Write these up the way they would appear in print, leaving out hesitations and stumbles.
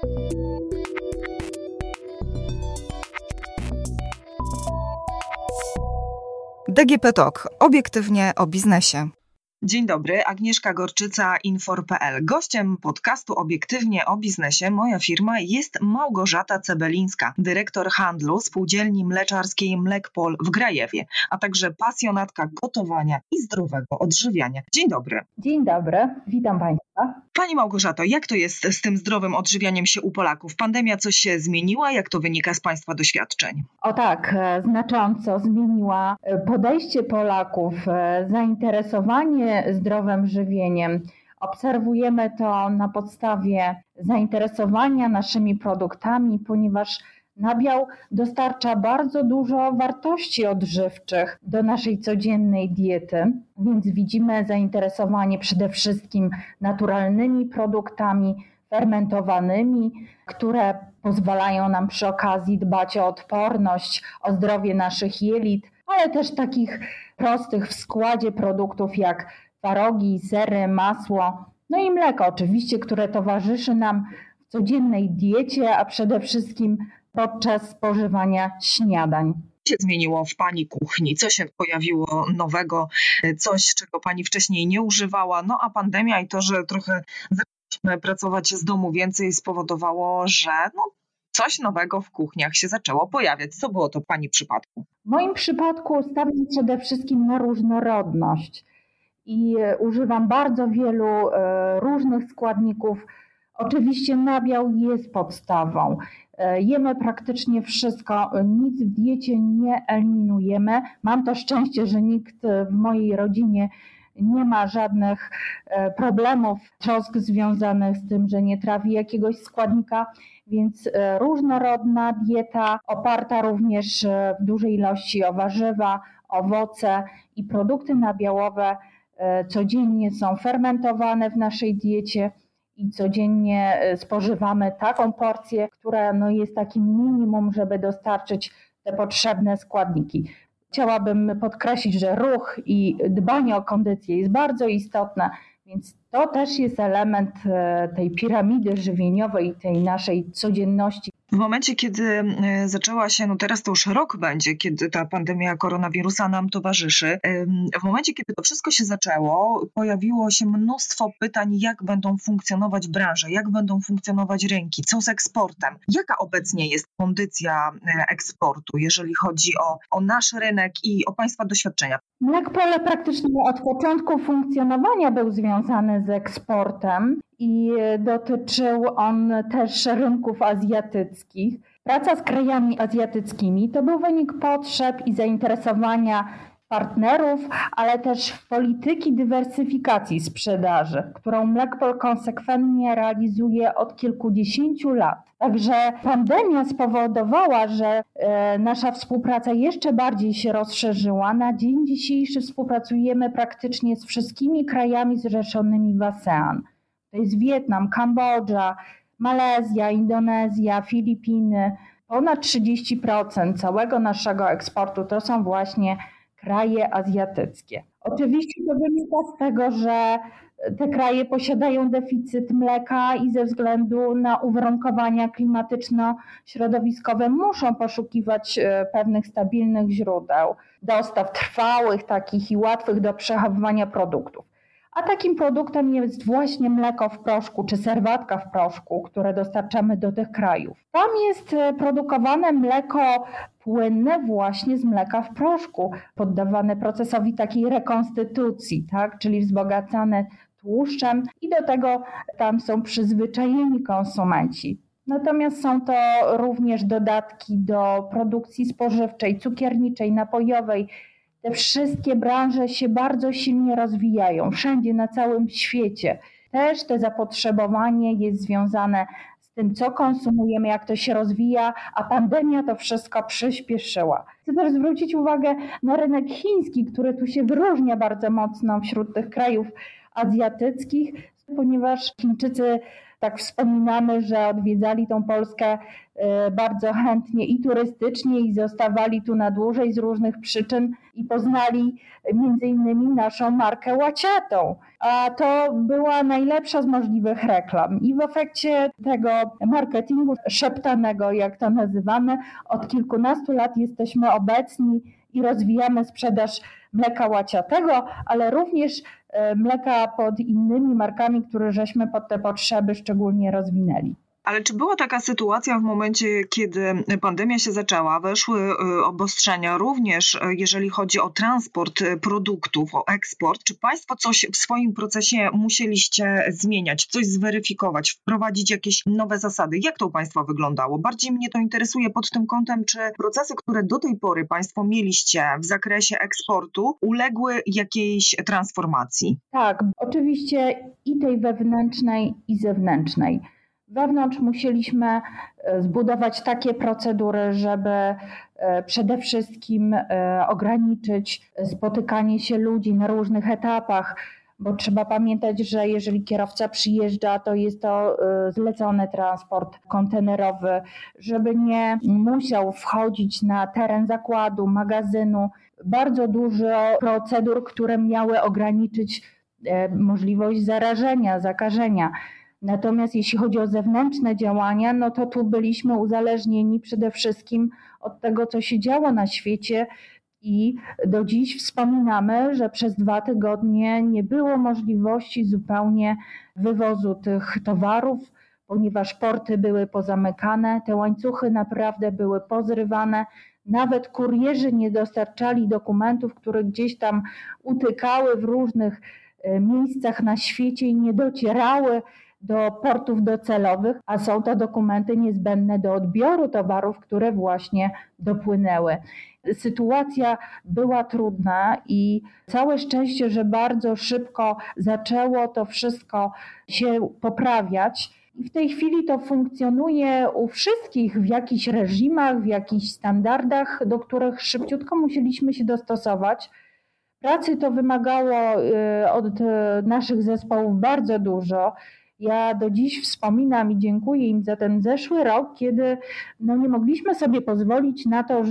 DGP Talk. Obiektywnie o biznesie. Dzień dobry, Agnieszka Gorczyca, Infor.pl. Gościem podcastu Obiektywnie o biznesie moja firma jest Małgorzata Cebelińska, dyrektor handlu spółdzielni mleczarskiej Mlekpol w Grajewie, a także pasjonatka gotowania i zdrowego odżywiania. Dzień dobry. Dzień dobry, witam Państwa. Pani Małgorzato, jak to jest z tym zdrowym odżywianiem się u Polaków? Pandemia coś się zmieniła? Jak to wynika z Państwa doświadczeń? O tak, znacząco zmieniła podejście Polaków, zainteresowanie zdrowym żywieniem. Obserwujemy to na podstawie zainteresowania naszymi produktami, ponieważ nabiał dostarcza bardzo dużo wartości odżywczych do naszej codziennej diety, więc widzimy zainteresowanie przede wszystkim naturalnymi produktami, fermentowanymi, które pozwalają nam przy okazji dbać o odporność, o zdrowie naszych jelit, ale też takich prostych w składzie produktów jak twarogi, sery, masło, no i mleko oczywiście, które towarzyszy nam w codziennej diecie, a przede wszystkim podczas spożywania śniadań. Co się zmieniło w Pani kuchni? Co się pojawiło nowego? Coś, czego Pani wcześniej nie używała? No a pandemia i to, że trochę zaczęliśmy pracować z domu więcej spowodowało, że coś nowego w kuchniach się zaczęło pojawiać. Co było to w Pani przypadku? W moim przypadku stawiam przede wszystkim na różnorodność i używam bardzo wielu różnych składników. Oczywiście nabiał jest podstawą. Jemy praktycznie wszystko, nic w diecie nie eliminujemy. Mam to szczęście, że nikt w mojej rodzinie nie ma żadnych problemów, trosk związanych z tym, że nie trawi jakiegoś składnika, więc różnorodna dieta oparta również w dużej ilości o warzywa, owoce i produkty nabiałowe codziennie są fermentowane w naszej diecie i codziennie spożywamy taką porcję, która jest takim minimum, żeby dostarczyć te potrzebne składniki. Chciałabym podkreślić, że ruch i dbanie o kondycję jest bardzo istotne, więc to też jest element tej piramidy żywieniowej, tej naszej codzienności. W momencie, kiedy zaczęła się, teraz to już rok będzie, kiedy ta pandemia koronawirusa nam towarzyszy, w momencie, kiedy to wszystko się zaczęło, pojawiło się mnóstwo pytań, jak będą funkcjonować branże, jak będą funkcjonować rynki, co z eksportem. Jaka obecnie jest kondycja eksportu, jeżeli chodzi o nasz rynek i o Państwa doświadczenia? Mlekpol praktycznie od początku funkcjonowania był związany z eksportem i dotyczył on też rynków azjatyckich. Praca z krajami azjatyckimi to był wynik potrzeb i zainteresowania partnerów, ale też polityki dywersyfikacji sprzedaży, którą Mlekpol konsekwentnie realizuje od kilkudziesięciu lat. Także pandemia spowodowała, że nasza współpraca jeszcze bardziej się rozszerzyła. Na dzień dzisiejszy współpracujemy praktycznie z wszystkimi krajami zrzeszonymi w ASEAN. To jest Wietnam, Kambodża, Malezja, Indonezja, Filipiny. Ponad 30% całego naszego eksportu to są właśnie kraje azjatyckie. Oczywiście to wynika z tego, że te kraje posiadają deficyt mleka i ze względu na uwarunkowania klimatyczno-środowiskowe muszą poszukiwać pewnych stabilnych źródeł dostaw trwałych, takich i łatwych do przechowywania produktów. A takim produktem jest właśnie mleko w proszku czy serwatka w proszku, które dostarczamy do tych krajów. Tam jest produkowane mleko płynne właśnie z mleka w proszku, poddawane procesowi takiej rekonstytucji, czyli wzbogacane tłuszczem i do tego tam są przyzwyczajeni konsumenci. Natomiast są to również dodatki do produkcji spożywczej, cukierniczej, napojowej. Te wszystkie branże się bardzo silnie rozwijają, wszędzie na całym świecie. Też to zapotrzebowanie jest związane z tym, co konsumujemy, jak to się rozwija, a pandemia to wszystko przyspieszyła. Chcę też zwrócić uwagę na rynek chiński, który tu się wyróżnia bardzo mocno wśród tych krajów azjatyckich, ponieważ Chińczycy tak wspominamy, że odwiedzali tą Polskę bardzo chętnie i turystycznie i zostawali tu na dłużej z różnych przyczyn i poznali między innymi naszą markę łaciatą. A to była najlepsza z możliwych reklam. I w efekcie tego marketingu szeptanego, jak to nazywamy, od kilkunastu lat jesteśmy obecni i rozwijamy sprzedaż mleka łaciatego, ale również mleka pod innymi markami, które żeśmy pod te potrzeby szczególnie rozwinęli. Ale czy była taka sytuacja w momencie, kiedy pandemia się zaczęła, weszły obostrzenia również, jeżeli chodzi o transport produktów, o eksport? Czy Państwo coś w swoim procesie musieliście zmieniać, coś zweryfikować, wprowadzić jakieś nowe zasady? Jak to u Państwa wyglądało? Bardziej mnie to interesuje pod tym kątem, czy procesy, które do tej pory Państwo mieliście w zakresie eksportu, uległy jakiejś transformacji? Tak, oczywiście i tej wewnętrznej, i zewnętrznej. Wewnątrz musieliśmy zbudować takie procedury, żeby przede wszystkim ograniczyć spotykanie się ludzi na różnych etapach, bo trzeba pamiętać, że jeżeli kierowca przyjeżdża, to jest to zlecony transport kontenerowy, żeby nie musiał wchodzić na teren zakładu, magazynu. Bardzo dużo procedur, które miały ograniczyć możliwość zarażenia, zakażenia. Natomiast jeśli chodzi o zewnętrzne działania, no to tu byliśmy uzależnieni przede wszystkim od tego, co się działo na świecie i do dziś wspominamy, że przez 2 tygodnie nie było możliwości zupełnie wywozu tych towarów, ponieważ porty były pozamykane, te łańcuchy naprawdę były pozrywane. Nawet kurierzy nie dostarczali dokumentów, które gdzieś tam utykały w różnych miejscach na świecie i nie docierały do portów docelowych, a są to dokumenty niezbędne do odbioru towarów, które właśnie dopłynęły. Sytuacja była trudna i całe szczęście, że bardzo szybko zaczęło to wszystko się poprawiać. I w tej chwili to funkcjonuje u wszystkich w jakichś reżimach, w jakichś standardach, do których szybciutko musieliśmy się dostosować. Pracy to wymagało od naszych zespołów bardzo dużo. Ja do dziś wspominam i dziękuję im za ten zeszły rok, kiedy nie mogliśmy sobie pozwolić na to,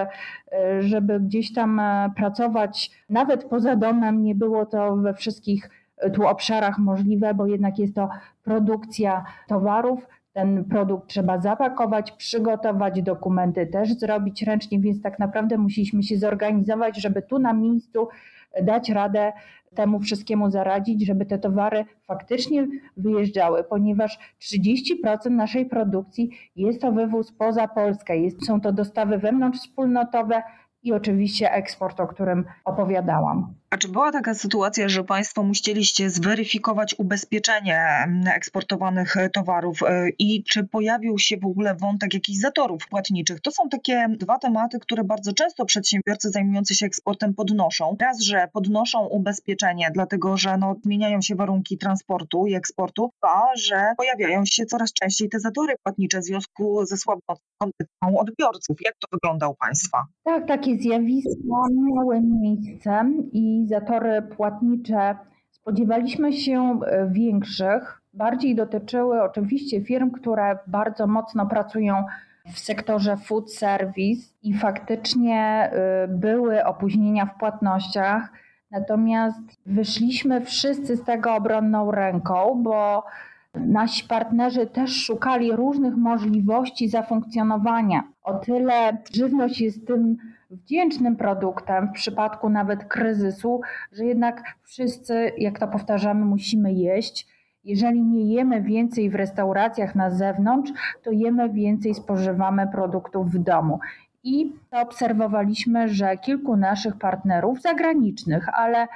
żeby gdzieś tam pracować nawet poza domem. Nie było to we wszystkich tu obszarach możliwe, bo jednak jest to produkcja towarów. Ten produkt trzeba zapakować, przygotować, dokumenty też zrobić ręcznie, więc tak naprawdę musieliśmy się zorganizować, żeby tu na miejscu dać radę temu wszystkiemu zaradzić, żeby te towary faktycznie wyjeżdżały, ponieważ 30% naszej produkcji jest to wywóz poza Polskę, są to dostawy wewnątrzwspólnotowe i oczywiście eksport, o którym opowiadałam. A czy była taka sytuacja, że Państwo musieliście zweryfikować ubezpieczenie eksportowanych towarów i czy pojawił się w ogóle wątek jakichś zatorów płatniczych? To są takie 2 tematy, które bardzo często przedsiębiorcy zajmujący się eksportem podnoszą. Raz, że podnoszą ubezpieczenie, dlatego że zmieniają się warunki transportu i eksportu, a że pojawiają się coraz częściej te zatory płatnicze w związku ze słabą kondycją odbiorców. Jak to wygląda u Państwa? Tak, takie zjawiska miały miejsce i zatory płatnicze spodziewaliśmy się większych. Bardziej dotyczyły oczywiście firm, które bardzo mocno pracują w sektorze food service i faktycznie były opóźnienia w płatnościach. Natomiast wyszliśmy wszyscy z tego obronną ręką, bo nasi partnerzy też szukali różnych możliwości zafunkcjonowania. O tyle żywność jest tym wdzięcznym produktem w przypadku nawet kryzysu, że jednak wszyscy, jak to powtarzamy, musimy jeść. Jeżeli nie jemy więcej w restauracjach na zewnątrz, to jemy więcej, spożywamy produktów w domu. I obserwowaliśmy, że kilku naszych partnerów zagranicznych,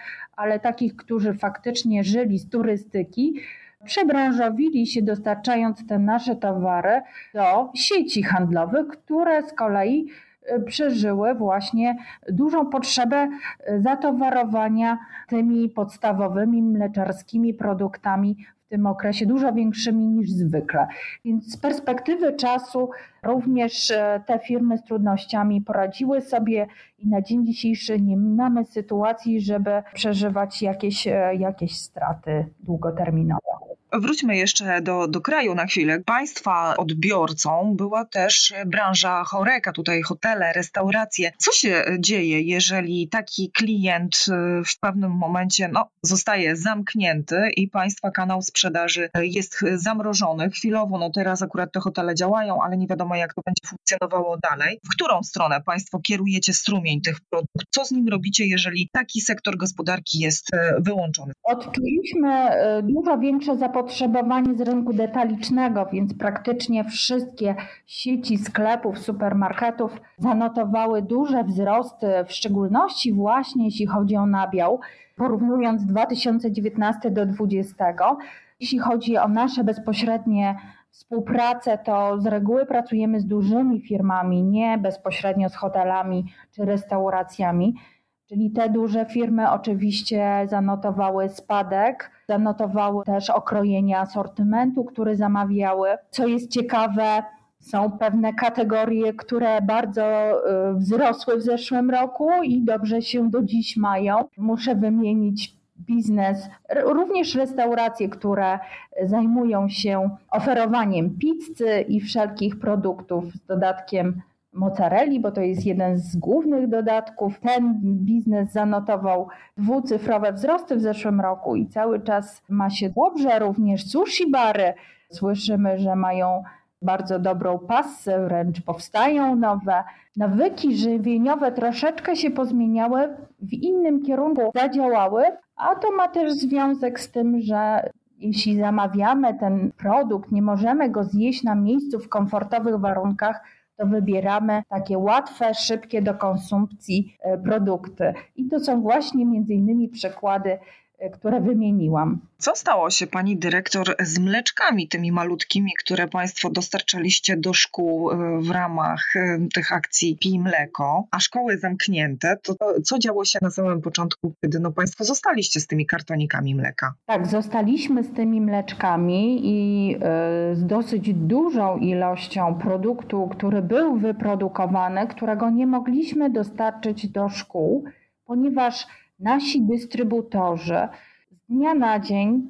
ale takich, którzy faktycznie żyli z turystyki, przebranżowili się, dostarczając te nasze towary do sieci handlowych, które z kolei przeżyły właśnie dużą potrzebę zatowarowania tymi podstawowymi mleczarskimi produktami w tym okresie, dużo większymi niż zwykle. Więc z perspektywy czasu również te firmy z trudnościami poradziły sobie i na dzień dzisiejszy nie mamy sytuacji, żeby przeżywać jakieś straty długoterminowe. Wróćmy jeszcze do kraju na chwilę. Państwa odbiorcą była też branża HoReCa, tutaj hotele, restauracje. Co się dzieje, jeżeli taki klient w pewnym momencie zostaje zamknięty i Państwa kanał sprzedaży jest zamrożony chwilowo? Teraz akurat te hotele działają, ale nie wiadomo, jak to będzie funkcjonowało dalej. W którą stronę Państwo kierujecie strumień tych produktów? Co z nim robicie, jeżeli taki sektor gospodarki jest wyłączony? Odczuliśmy dużo większe zapotrzebowanie z rynku detalicznego, więc praktycznie wszystkie sieci sklepów, supermarketów zanotowały duże wzrosty, w szczególności właśnie jeśli chodzi o nabiał, porównując 2019 do 2020. Jeśli chodzi o nasze bezpośrednie współpracę, to z reguły pracujemy z dużymi firmami, nie bezpośrednio z hotelami czy restauracjami. Czyli te duże firmy oczywiście zanotowały spadek, zanotowały też okrojenie asortymentu, który zamawiały. Co jest ciekawe, są pewne kategorie, które bardzo wzrosły w zeszłym roku i dobrze się do dziś mają. Muszę wymienić biznes, również restauracje, które zajmują się oferowaniem pizzy i wszelkich produktów z dodatkiem mozzarelli, bo to jest jeden z głównych dodatków. Ten biznes zanotował dwucyfrowe wzrosty w zeszłym roku i cały czas ma się dobrze. Również sushi bary. Słyszymy, że mają bardzo dobrą passę, wręcz powstają nowe. Nawyki żywieniowe troszeczkę się pozmieniały, w innym kierunku zadziałały, a to ma też związek z tym, że jeśli zamawiamy ten produkt, nie możemy go zjeść na miejscu w komfortowych warunkach, to wybieramy takie łatwe, szybkie do konsumpcji produkty. I to są właśnie między innymi przykłady, które wymieniłam. Co stało się, pani dyrektor, z mleczkami, tymi malutkimi, które Państwo dostarczaliście do szkół w ramach tych akcji Pij Mleko, a szkoły zamknięte? To co działo się na samym początku, kiedy Państwo zostaliście z tymi kartonikami mleka? Tak, zostaliśmy z tymi mleczkami i z dosyć dużą ilością produktu, który był wyprodukowany, którego nie mogliśmy dostarczyć do szkół, ponieważ nasi dystrybutorzy z dnia na dzień,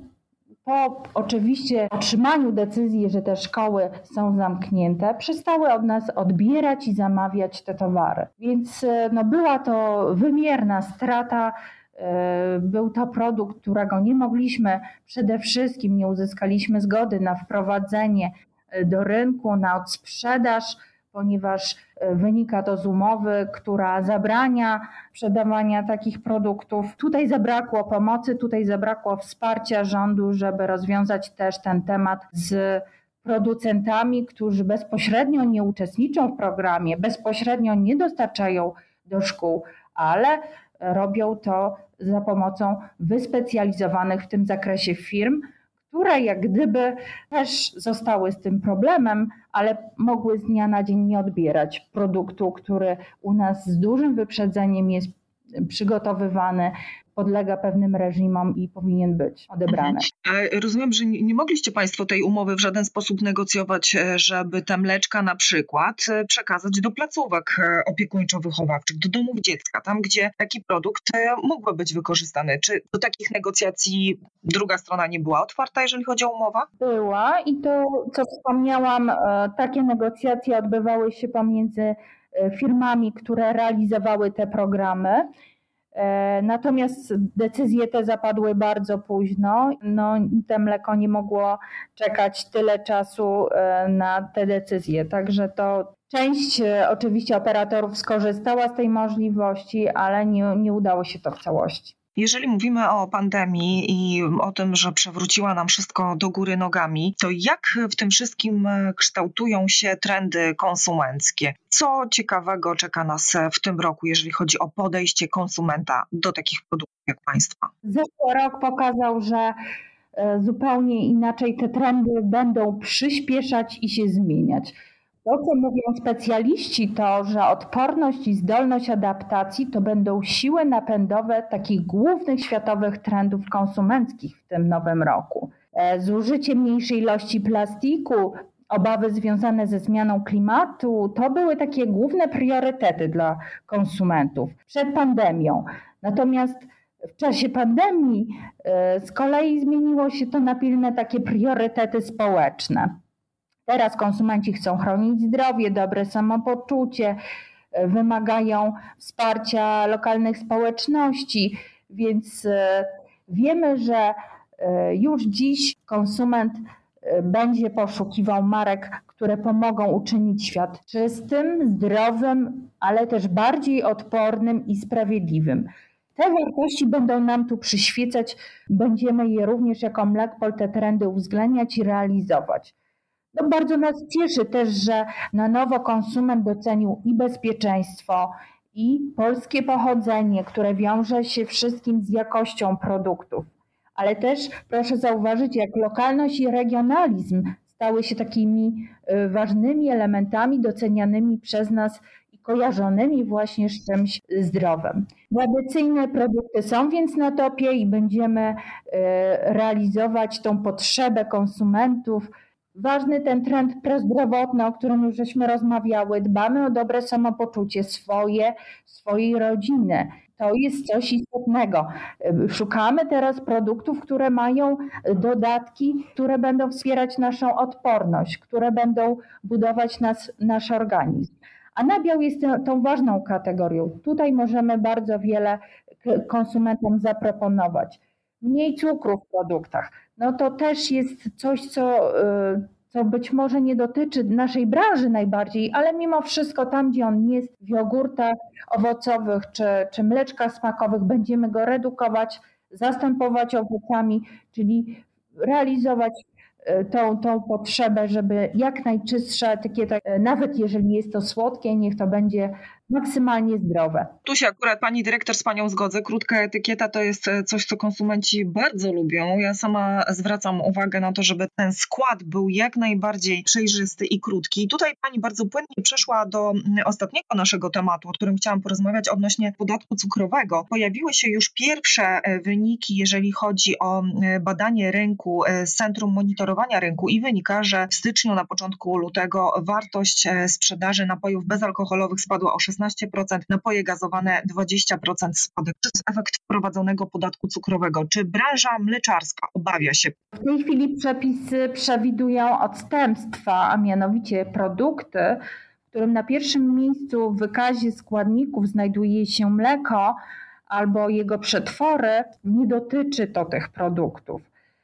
po oczywiście otrzymaniu decyzji, że te szkoły są zamknięte, przestały od nas odbierać i zamawiać te towary. Więc była to wymierna strata. Był to produkt, którego nie mogliśmy, przede wszystkim nie uzyskaliśmy zgody na wprowadzenie do rynku, na odsprzedaż, ponieważ wynika to z umowy, która zabrania sprzedawania takich produktów. Tutaj zabrakło pomocy, tutaj zabrakło wsparcia rządu, żeby rozwiązać też ten temat z producentami, którzy bezpośrednio nie uczestniczą w programie, bezpośrednio nie dostarczają do szkół, ale robią to za pomocą wyspecjalizowanych w tym zakresie firm, które jak gdyby też zostały z tym problemem, ale mogły z dnia na dzień nie odbierać produktu, który u nas z dużym wyprzedzeniem jest przygotowywany, podlega pewnym reżimom i powinien być odebrany. Rozumiem, że nie mogliście Państwo tej umowy w żaden sposób negocjować, żeby te mleczka na przykład przekazać do placówek opiekuńczo-wychowawczych, do domów dziecka, tam gdzie taki produkt mógłby być wykorzystany. Czy do takich negocjacji druga strona nie była otwarta, jeżeli chodzi o umowę? Była i to, co wspomniałam, takie negocjacje odbywały się pomiędzy firmami, które realizowały te programy. Natomiast decyzje te zapadły bardzo późno. Te mleko nie mogło czekać tyle czasu na te decyzje. Także to część oczywiście operatorów skorzystała z tej możliwości, ale nie udało się to w całości. Jeżeli mówimy o pandemii i o tym, że przewróciła nam wszystko do góry nogami, to jak w tym wszystkim kształtują się trendy konsumenckie? Co ciekawego czeka nas w tym roku, jeżeli chodzi o podejście konsumenta do takich produktów jak Państwa? Zeszły rok pokazał, że zupełnie inaczej te trendy będą przyspieszać i się zmieniać. To, co mówią specjaliści, to, że odporność i zdolność adaptacji to będą siły napędowe takich głównych światowych trendów konsumenckich w tym nowym roku. Zużycie mniejszej ilości plastiku, obawy związane ze zmianą klimatu, to były takie główne priorytety dla konsumentów przed pandemią. Natomiast W czasie pandemii z kolei zmieniło się to na pilne takie priorytety społeczne. Teraz konsumenci chcą chronić zdrowie, dobre samopoczucie, wymagają wsparcia lokalnych społeczności, więc wiemy, że już dziś konsument będzie poszukiwał marek, które pomogą uczynić świat czystym, zdrowym, ale też bardziej odpornym i sprawiedliwym. Te wartości będą nam tu przyświecać, będziemy je również jako Mlekpol te trendy uwzględniać i realizować. No bardzo nas cieszy też, że na nowo konsument docenił i bezpieczeństwo, i polskie pochodzenie, które wiąże się wszystkim z jakością produktów. Ale też proszę zauważyć, jak lokalność i regionalizm stały się takimi ważnymi elementami docenianymi przez nas i kojarzonymi właśnie z czymś zdrowym. Tradycyjne produkty są więc na topie i będziemy realizować tą potrzebę konsumentów. Ważny ten trend prozdrowotny, o którym już żeśmy rozmawiały. Dbamy o dobre samopoczucie swojej rodziny. To jest coś istotnego. Szukamy teraz produktów, które mają dodatki, które będą wspierać naszą odporność, które będą budować nasz organizm. A nabiał jest tą ważną kategorią. Tutaj możemy bardzo wiele konsumentom zaproponować. Mniej cukru w produktach. No to też jest coś, co być może nie dotyczy naszej branży najbardziej, ale mimo wszystko tam, gdzie on jest, w jogurtach owocowych czy mleczkach smakowych, będziemy go redukować, zastępować owocami, czyli realizować tą potrzebę, żeby jak najczystsza etykieta, nawet jeżeli jest to słodkie, niech to będzie maksymalnie zdrowe. Tu się akurat pani dyrektor z panią zgodzę. Krótka etykieta to jest coś, co konsumenci bardzo lubią. Ja sama zwracam uwagę na to, żeby ten skład był jak najbardziej przejrzysty i krótki. Tutaj pani bardzo płynnie przeszła do ostatniego naszego tematu, o którym chciałam porozmawiać odnośnie podatku cukrowego. Pojawiły się już pierwsze wyniki, jeżeli chodzi o badanie rynku z Centrum Monitorowania Rynku i wynika, że w styczniu, na początku lutego wartość sprzedaży napojów bezalkoholowych spadła o 16%, napoje gazowane 20% spadek przez efekt wprowadzonego podatku cukrowego. Czy branża mleczarska obawia się? W tej chwili przepisy przewidują odstępstwa, a mianowicie produkty, w którym na pierwszym miejscu w wykazie składników znajduje się mleko albo jego przetwory, nie dotyczy to tych produktów.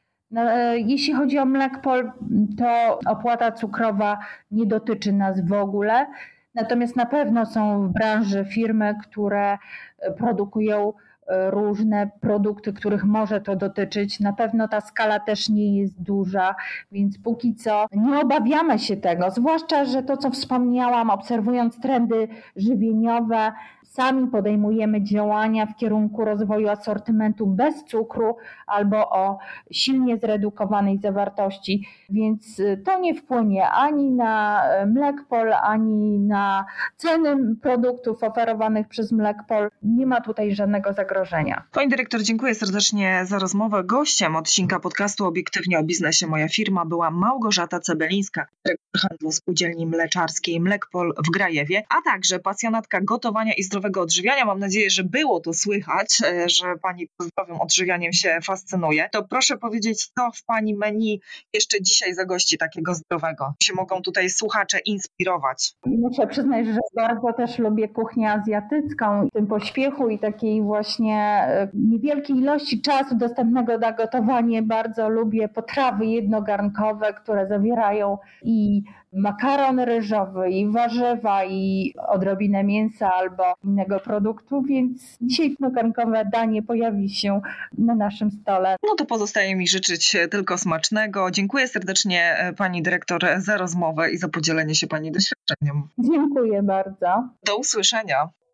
Jeśli chodzi o Mlekpol, to opłata cukrowa nie dotyczy nas w ogóle. Natomiast na pewno są w branży firmy, które produkują różne produkty, których może to dotyczyć. Na pewno ta skala też nie jest duża, więc póki co nie obawiamy się tego. Zwłaszcza, że to, co wspomniałam, obserwując trendy żywieniowe, sami podejmujemy działania w kierunku rozwoju asortymentu bez cukru albo o silnie zredukowanej zawartości, więc to nie wpłynie ani na Mlekpol, ani na ceny produktów oferowanych przez Mlekpol. Nie ma tutaj żadnego zagrożenia. Pani dyrektor, dziękuję serdecznie za rozmowę. Gościem odcinka podcastu Obiektywnie o biznesie Moja firma była Małgorzata Cebelińska, dyrektor handlu spółdzielni mleczarskiej Mlekpol w Grajewie, a także pasjonatka gotowania i zdrowego odżywiania. Mam nadzieję, że było to słychać, że pani zdrowym odżywianiem się fascynuje. To proszę powiedzieć, co w pani menu jeszcze dzisiaj zagości takiego zdrowego? Się mogą tutaj słuchacze inspirować. Muszę przyznać, że bardzo też lubię kuchnię azjatycką. W tym pośpiechu i takiej właśnie niewielkiej ilości czasu dostępnego na gotowanie bardzo lubię potrawy jednogarnkowe, które zawierają i makaron ryżowy, i warzywa, i odrobinę mięsa albo innego produktu, więc dzisiaj jednogarnkowe danie pojawi się na naszym stole. No to pozostaje mi życzyć tylko smacznego. Dziękuję serdecznie pani dyrektor za rozmowę i za podzielenie się pani doświadczeniem. Dziękuję bardzo. Do usłyszenia.